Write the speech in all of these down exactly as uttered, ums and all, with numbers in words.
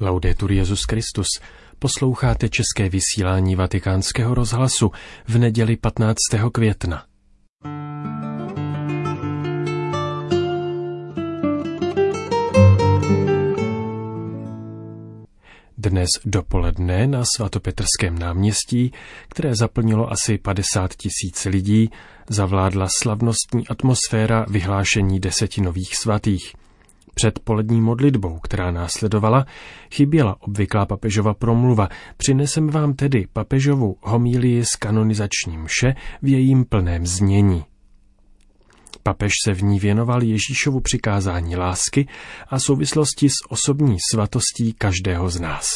Laudetur Jesus Christus. Posloucháte české vysílání Vatikánského rozhlasu v neděli patnáctého května. Dnes dopoledne na svatopetrském náměstí, které zaplnilo asi padesát tisíc lidí, zavládla slavnostní atmosféra vyhlášení deseti nových svatých. Před polední modlitbou, která následovala, chyběla obvyklá papežova promluva. Přinesem vám tedy papežovu homílii z kanonizační mše v jejím plném znění. Papež se v ní věnoval Ježíšovu přikázání lásky a souvislosti s osobní svatostí každého z nás.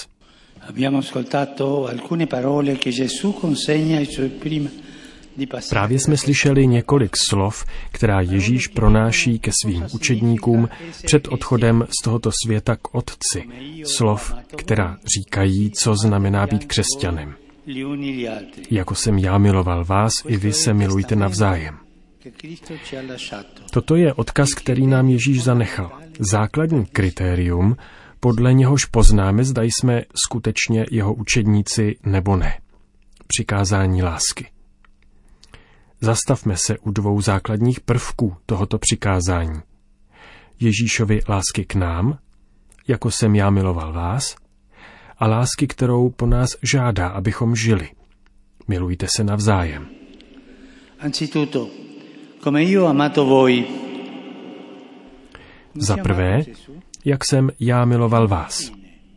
Právě jsme slyšeli několik slov, která Ježíš pronáší ke svým učedníkům před odchodem z tohoto světa k Otci. Slov, která říkají, co znamená být křesťanem. Jako jsem já miloval vás, i vy se milujte navzájem. Toto je odkaz, který nám Ježíš zanechal. Základní kritérium, podle něhož poznáme, zda jsme skutečně jeho učedníci nebo ne. Přikázání lásky. Zastavme se u dvou základních prvků tohoto přikázání. Ježíšovy lásky k nám, jako jsem já miloval vás, a lásky, kterou po nás žádá, abychom žili. Milujte se navzájem. Anzitutto, come io amato voi. Za prvé, jak jsem já miloval vás.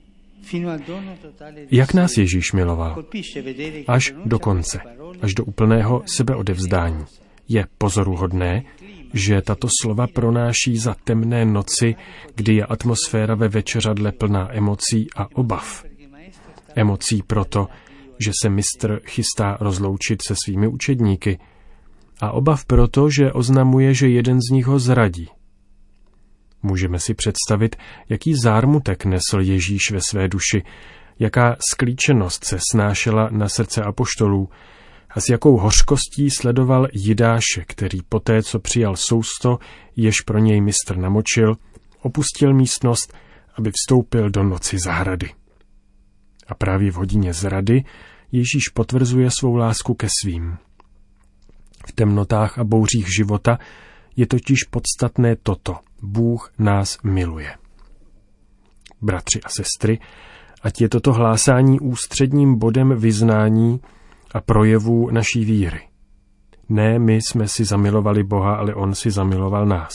Jak nás Ježíš miloval? Až do konce, až do úplného sebeodevzdání. Je pozoruhodné, že tato slova pronáší za temné noci, kdy je atmosféra ve večeřadle plná emocí a obav. Emocí proto, že se mistr chystá rozloučit se svými učedníky, a obav proto, že oznamuje, že jeden z nich ho zradí. Můžeme si představit, jaký zármutek nesl Ježíš ve své duši, jaká sklíčenost se snášela na srdce apoštolů a s jakou hořkostí sledoval Jidáše, který poté, co přijal sousto, jež pro něj mistr namočil, opustil místnost, aby vstoupil do noci zahrady. A právě v hodině zrady Ježíš potvrzuje svou lásku ke svým. V temnotách a bouřích života je totiž podstatné toto. Bůh nás miluje. Bratři a sestry, ať je toto hlásání ústředním bodem vyznání a projevů naší víry. Ne, my jsme si zamilovali Boha, ale on si zamiloval nás.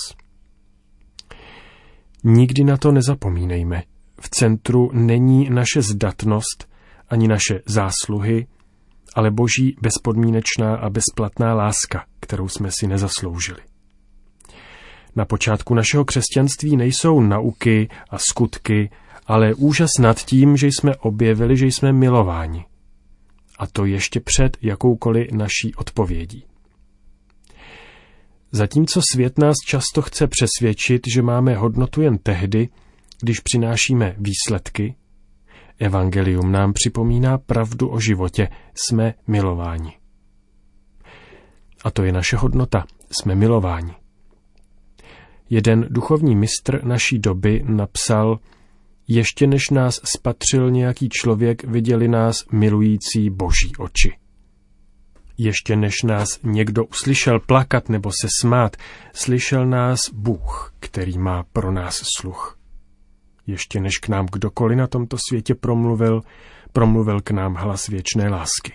Nikdy na to nezapomínejme. V centru není naše zdatnost ani naše zásluhy, ale Boží bezpodmínečná a bezplatná láska, kterou jsme si nezasloužili. Na počátku našeho křesťanství nejsou nauky a skutky, ale úžas nad tím, že jsme objevili, že jsme milováni. A to ještě před jakoukoliv naší odpovědí. Zatímco svět nás často chce přesvědčit, že máme hodnotu jen tehdy, když přinášíme výsledky, evangelium nám připomíná pravdu o životě. Jsme milováni. A to je naše hodnota. Jsme milováni. Jeden duchovní mistr naší doby napsal: ještě než nás spatřil nějaký člověk, viděli nás milující Boží oči. Ještě než nás někdo uslyšel plakat nebo se smát, slyšel nás Bůh, který má pro nás sluch. Ještě než k nám kdokoliv na tomto světě promluvil, promluvil k nám hlas věčné lásky.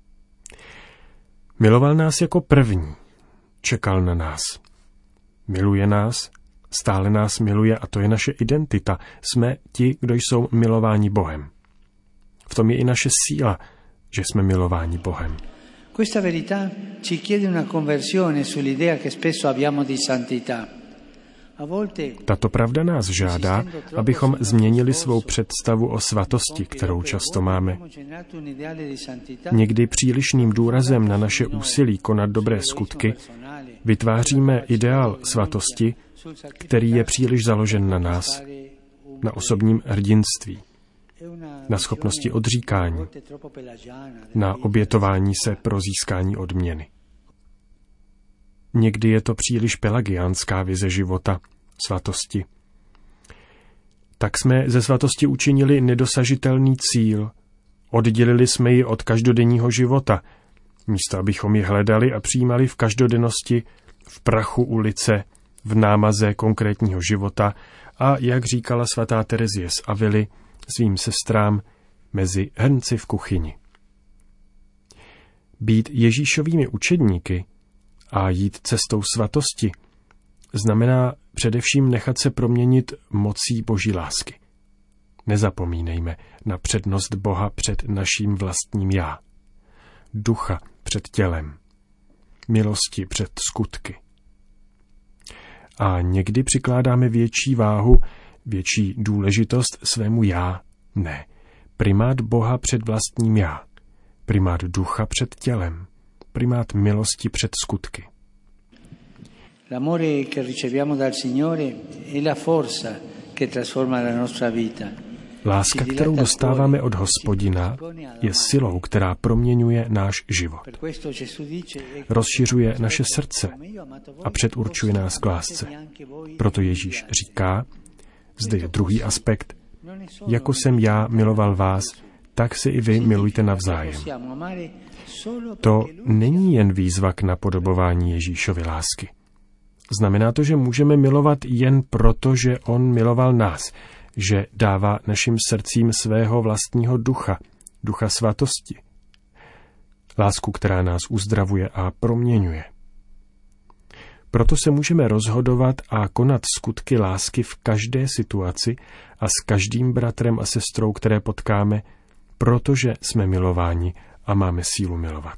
Miloval nás jako první, čekal na nás. Miluje nás, stále nás miluje a to je naše identita. Jsme ti, kdo jsou milováni Bohem. V tom je i naše síla, že jsme milováni Bohem. Questa verità ci chiede una conversione sull'idea che spesso abbiamo di santità. Tato pravda nás žádá, abychom změnili svou představu o svatosti, kterou často máme. Někdy přílišným důrazem na naše úsilí konat dobré skutky vytváříme ideál svatosti, který je příliš založen na nás, na osobním hrdinství, na schopnosti odříkání, na obětování se pro získání odměny. Někdy je to příliš pelagiánská vize života, svatosti. tak jsme ze svatosti učinili nedosažitelný cíl. Oddělili jsme ji od každodenního života, místo abychom ji hledali a přijímali v každodennosti, v prachu ulice, v námaze konkrétního života a, jak říkala svatá Terezie z Avily svým sestrám, mezi hrnci v kuchyni. Být Ježíšovými učedníky a jít cestou svatosti znamená především nechat se proměnit mocí Boží lásky. Nezapomínejme na přednost Boha před naším vlastním já, ducha před tělem, milosti před skutky. A někdy přikládáme větší váhu, větší důležitost svému já. Ne, primát Boha před vlastním já, primát ducha před tělem, primát milosti před skutky. L'amore che riceviamo dal Signore è la forza che trasforma la nostra vita. Láska, kterou dostáváme od Hospodina, je silou, která proměňuje náš život. Rozšiřuje naše srdce a předurčuje nás k lásce. Proto Ježíš říká, zde je druhý aspekt, jako jsem já miloval vás, tak se i vy milujte navzájem. To není jen výzva k napodobování Ježíšovy lásky. Znamená to, že můžeme milovat jen proto, že on miloval nás, že dává našim srdcím svého vlastního ducha, ducha svatosti. Lásku, která nás uzdravuje a proměňuje. Proto se můžeme rozhodovat a konat skutky lásky v každé situaci a s každým bratrem a sestrou, které potkáme, protože jsme milováni a máme sílu milovat.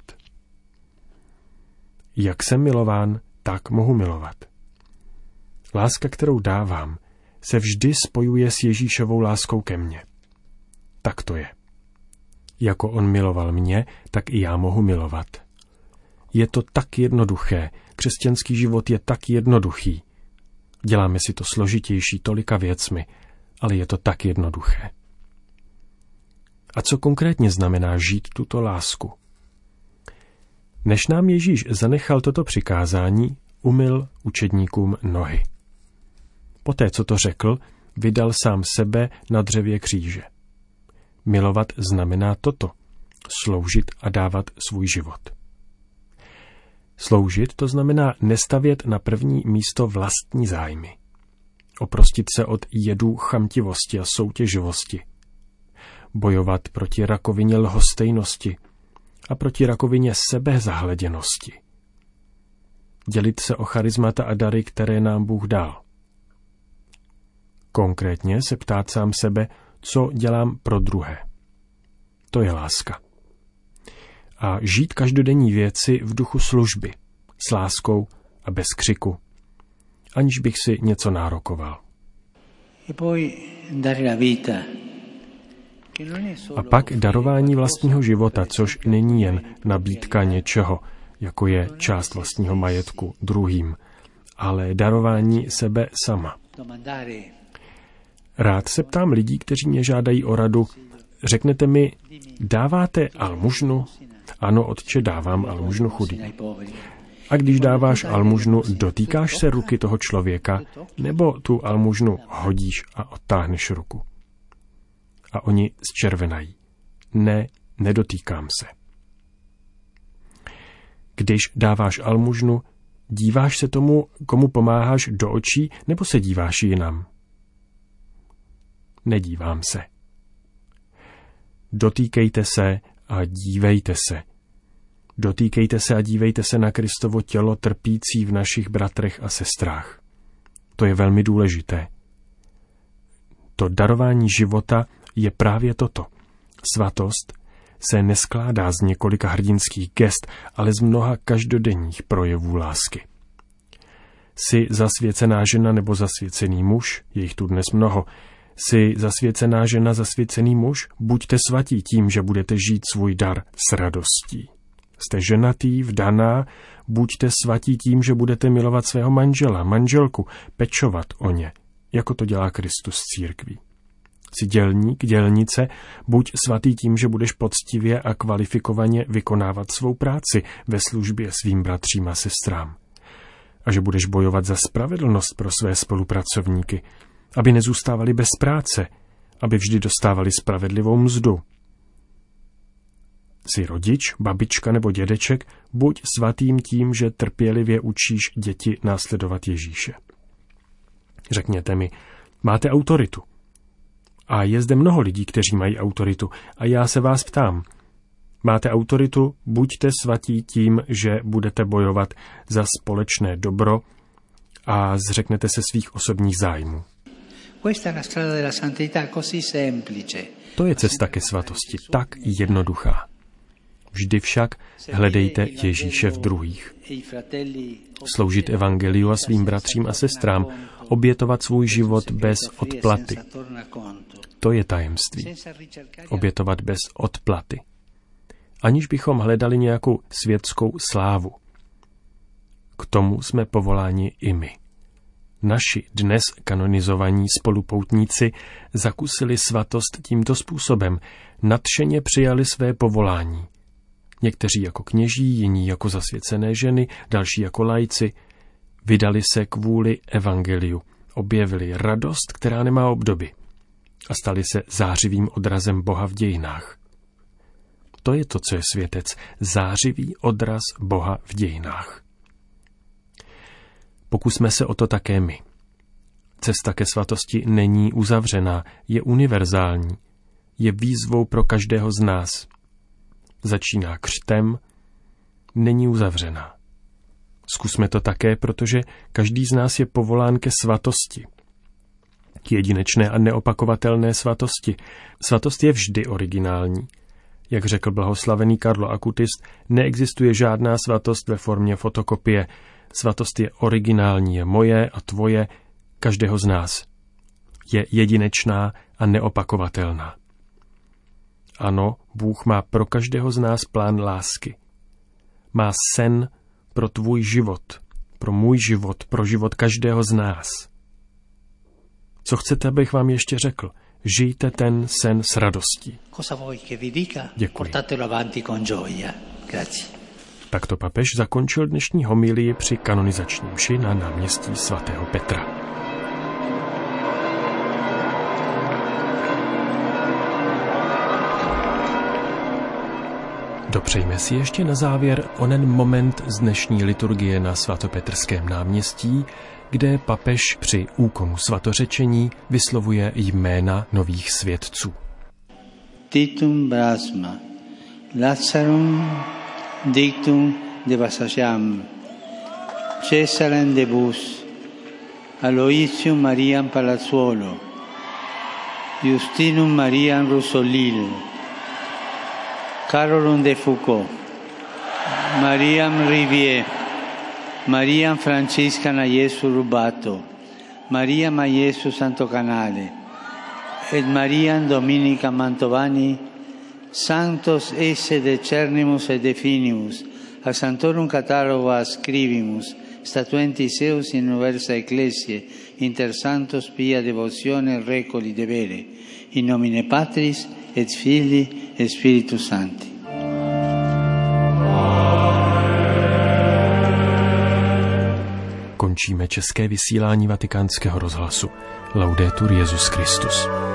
Jak jsem milován, tak mohu milovat. Láska, kterou dávám, se vždy spojuje s Ježíšovou láskou ke mně. Tak to je. Jako on miloval mě, tak i já mohu milovat. Je to tak jednoduché, křesťanský život je tak jednoduchý. Děláme si to složitější tolika věcmi, ale je to tak jednoduché. A co konkrétně znamená žít tuto lásku? Než nám Ježíš zanechal toto přikázání, umyl učedníkům nohy. Poté, co to řekl, vydal sám sebe na dřevě kříže. Milovat znamená toto, sloužit a dávat svůj život. Sloužit to znamená nestavět na první místo vlastní zájmy. Oprostit se od jedů chamtivosti a soutěživosti. Bojovat proti rakovině lhostejnosti a proti rakovině sebezahleděnosti. Dělit se o charismata a dary, které nám Bůh dal. Konkrétně se ptát sám sebe, co dělám pro druhé. To je láska. A žít každodenní věci v duchu služby, s láskou a bez křiku, aniž bych si něco nárokoval. A pak darování vlastního života, což není jen nabídka něčeho, jako je část vlastního majetku druhým, ale darování sebe sama. Rád se ptám lidí, kteří mě žádají o radu. Řeknete mi, dáváte almužnu? Ano, otče, dávám almužnu chudým. A když dáváš almužnu, dotýkáš se ruky toho člověka, nebo tu almužnu hodíš a odtáhneš ruku? A oni zčervenají. Ne, nedotýkám se. Když dáváš almužnu, díváš se tomu, komu pomáháš, do očí, nebo se díváš jinam? Nedívám se. Dotýkejte se a dívejte se. Dotýkejte se a dívejte se na Kristovo tělo trpící v našich bratrech a sestrách. To je velmi důležité. To darování života je právě toto. Svatost se neskládá z několika hrdinských gest, ale z mnoha každodenních projevů lásky. Jsi zasvěcená žena nebo zasvěcený muž, je jich tu dnes mnoho. Jsi zasvěcená žena, zasvěcený muž, buďte svatí tím, že budete žít svůj dar s radostí. Jste ženatý, vdaná, buďte svatí tím, že budete milovat svého manžela, manželku, pečovat o ně, jako to dělá Kristus s církví. Jsi dělník, dělnice, buď svatý tím, že budeš poctivě a kvalifikovaně vykonávat svou práci ve službě svým bratřím a sestrám. A že budeš bojovat za spravedlnost pro své spolupracovníky aby nezůstávali bez práce, aby vždy dostávali spravedlivou mzdu. Jsi rodič, babička nebo dědeček, buď svatým tím, že trpělivě učíš děti následovat Ježíše. Řekněte mi, máte autoritu. A je zde mnoho lidí, kteří mají autoritu. A já se vás ptám, máte autoritu, buďte svatí tím, že budete bojovat za společné dobro a zřeknete se svých osobních zájmů. To je cesta ke svatosti, tak jednoduchá. Vždy však hledejte Ježíše v druhých. Sloužit evangeliu a svým bratřím a sestrám, obětovat svůj život bez odplaty. To je tajemství. Obětovat bez odplaty. Aniž bychom hledali nějakou světskou slávu. K tomu jsme povoláni i my. Naši dnes kanonizovaní spolupoutníci zakusili svatost tímto způsobem, nadšeně přijali své povolání. Někteří jako kněží, jiní jako zasvěcené ženy, další jako laici, vydali se kvůli evangeliu, objevili radost, která nemá obdoby a stali se zářivým odrazem Boha v dějinách. To je to, co je světec, zářivý odraz Boha v dějinách. Pokusme se o to také my. Cesta ke svatosti není uzavřená, je univerzální, je výzvou pro každého z nás. Začíná křtem, není uzavřená. Zkusme to také, protože každý z nás je povolán ke svatosti. K jedinečné a neopakovatelné svatosti. Svatost je vždy originální. Jak řekl blahoslavený Karlo Akutist, neexistuje žádná svatost ve formě fotokopie. Svatost je originální, je moje a tvoje, každého z nás. Je jedinečná a neopakovatelná. Ano, Bůh má pro každého z nás plán lásky. Má sen pro tvůj život, pro můj život, pro život každého z nás. Co chcete, abych vám ještě řekl? Žijte ten sen s radostí. Děkuji. Takto papež zakončil dnešní homilii při kanonizační mši na náměstí svatého Petra. Dopřejme si ještě na závěr onen moment z dnešní liturgie na svatopetrském náměstí, kde papež při úkonu svatořečení vyslovuje jména nových svědců. Titum Brasma, Lazarum dictum de Vassajam, Cesarem de Bus, Aloysium Mariam Palazzuolo, Justinum Mariam Rusolil, Carolum de Foucault, Mariam Rivier, Mariam Francisca Naiesu Rubato, Maria Maiesu Santo Canale, et Mariam Dominica Mantovani, Sanctos esse decernimus et definimus, a Sanctorum catalogo ascribimus, statuentis eus in universa ecclesiae, inter santos pia devotione recoli debere, in nomine Patris et Filii et Spiritus Sancti. Končíme české vysílání Vatikánského rozhlasu. Laudetur Jesus Christus.